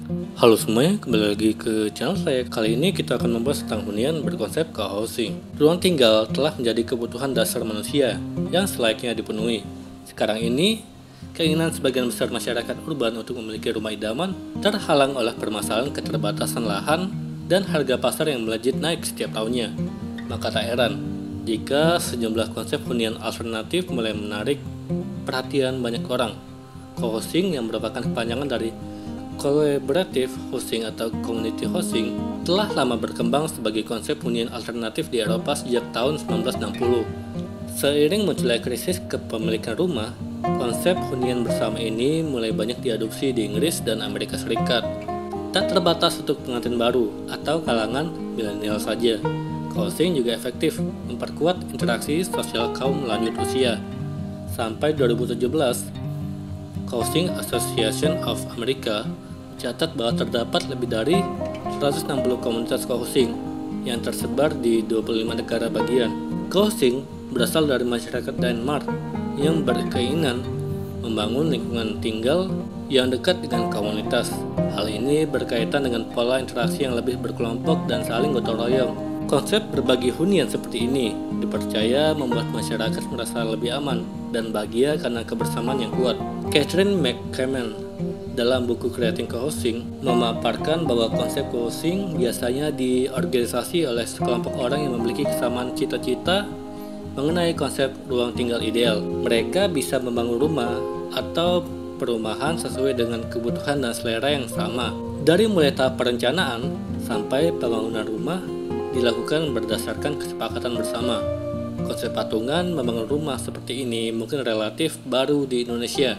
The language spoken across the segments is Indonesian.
Halo semuanya, kembali lagi ke channel saya. Kali ini kita akan membahas tentang hunian berkonsep co-housing. Ruang tinggal telah menjadi kebutuhan dasar manusia yang selayaknya dipenuhi. Sekarang ini, keinginan sebagian besar masyarakat urban untuk memiliki rumah idaman terhalang oleh permasalahan keterbatasan lahan dan harga pasar yang melejit naik setiap tahunnya. Maka tak heran jika sejumlah konsep hunian alternatif mulai menarik perhatian banyak orang. Co-housing yang merupakan kepanjangan dari Collaborative housing atau community housing telah lama berkembang sebagai konsep hunian alternatif di Eropa sejak tahun 1960. Seiring munculnya krisis kepemilikan rumah, konsep hunian bersama ini mulai banyak diadopsi di Inggris dan Amerika Serikat. Tak terbatas untuk pengantin baru atau kalangan milenial saja, co-housing juga efektif memperkuat interaksi sosial kaum lanjut usia. Sampai 2017, Housing Association of America mencatat bahwa terdapat lebih dari 160 komunitas co-housing yang tersebar di 25 negara bagian. Co-housing berasal dari masyarakat Denmark yang berkeinginan membangun lingkungan tinggal yang dekat dengan komunitas. Hal ini berkaitan dengan pola interaksi yang lebih berkelompok dan saling gotong royong. Konsep berbagi hunian seperti ini dipercaya membuat masyarakat merasa lebih aman dan bahagia karena kebersamaan yang kuat. Catherine McCammon dalam buku Creating Co-housing memaparkan bahwa konsep co-housing biasanya diorganisasi oleh sekelompok orang yang memiliki kesamaan cita-cita mengenai konsep ruang tinggal ideal. Mereka bisa membangun rumah atau perumahan sesuai dengan kebutuhan dan selera yang sama. Dari mulai tahap perencanaan sampai pembangunan rumah dilakukan berdasarkan kesepakatan bersama. Konsep patungan membangun rumah seperti ini mungkin relatif baru di Indonesia,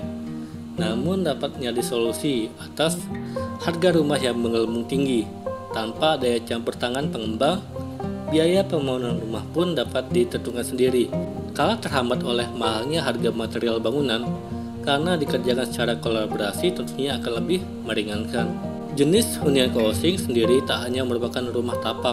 namun dapat menjadi solusi atas harga rumah yang menggelembung tinggi. Tanpa daya campur tangan pengembang, biaya pembangunan rumah pun dapat ditentukan sendiri. Kala terhambat oleh mahalnya harga material bangunan, karena dikerjakan secara kolaborasi tentunya akan lebih meringankan. Jenis hunian co-housing sendiri tak hanya merupakan rumah tapak,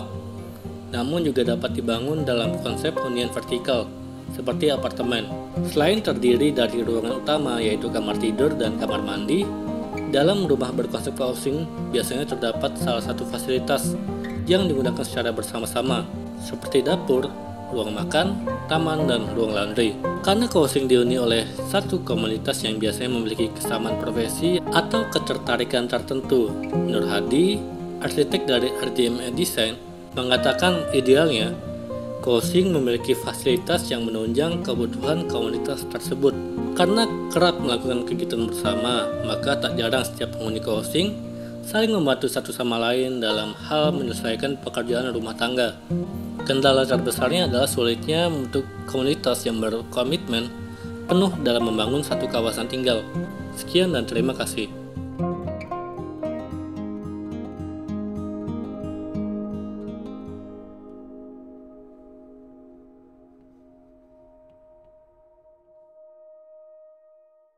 namun juga dapat dibangun dalam konsep hunian vertikal seperti apartemen. Selain terdiri dari ruangan utama yaitu kamar tidur dan kamar mandi, dalam rumah berkonsep co-housing biasanya terdapat salah satu fasilitas yang digunakan secara bersama-sama seperti dapur, ruang makan, taman, dan ruang laundry. Karena co-housing dihuni oleh satu komunitas yang biasanya memiliki kesamaan profesi atau ketertarikan tertentu. Nur Hadi, arsitek dari RGMA Design, mengatakan idealnya co-housing memiliki fasilitas yang menunjang kebutuhan komunitas tersebut. Karena kerap melakukan kegiatan bersama, maka tak jarang setiap penghuni co-housing saling membantu satu sama lain dalam hal menyelesaikan pekerjaan rumah tangga. Kendala terbesarnya adalah sulitnya untuk komunitas yang berkomitmen penuh dalam membangun satu kawasan tinggal. Sekian dan terima kasih.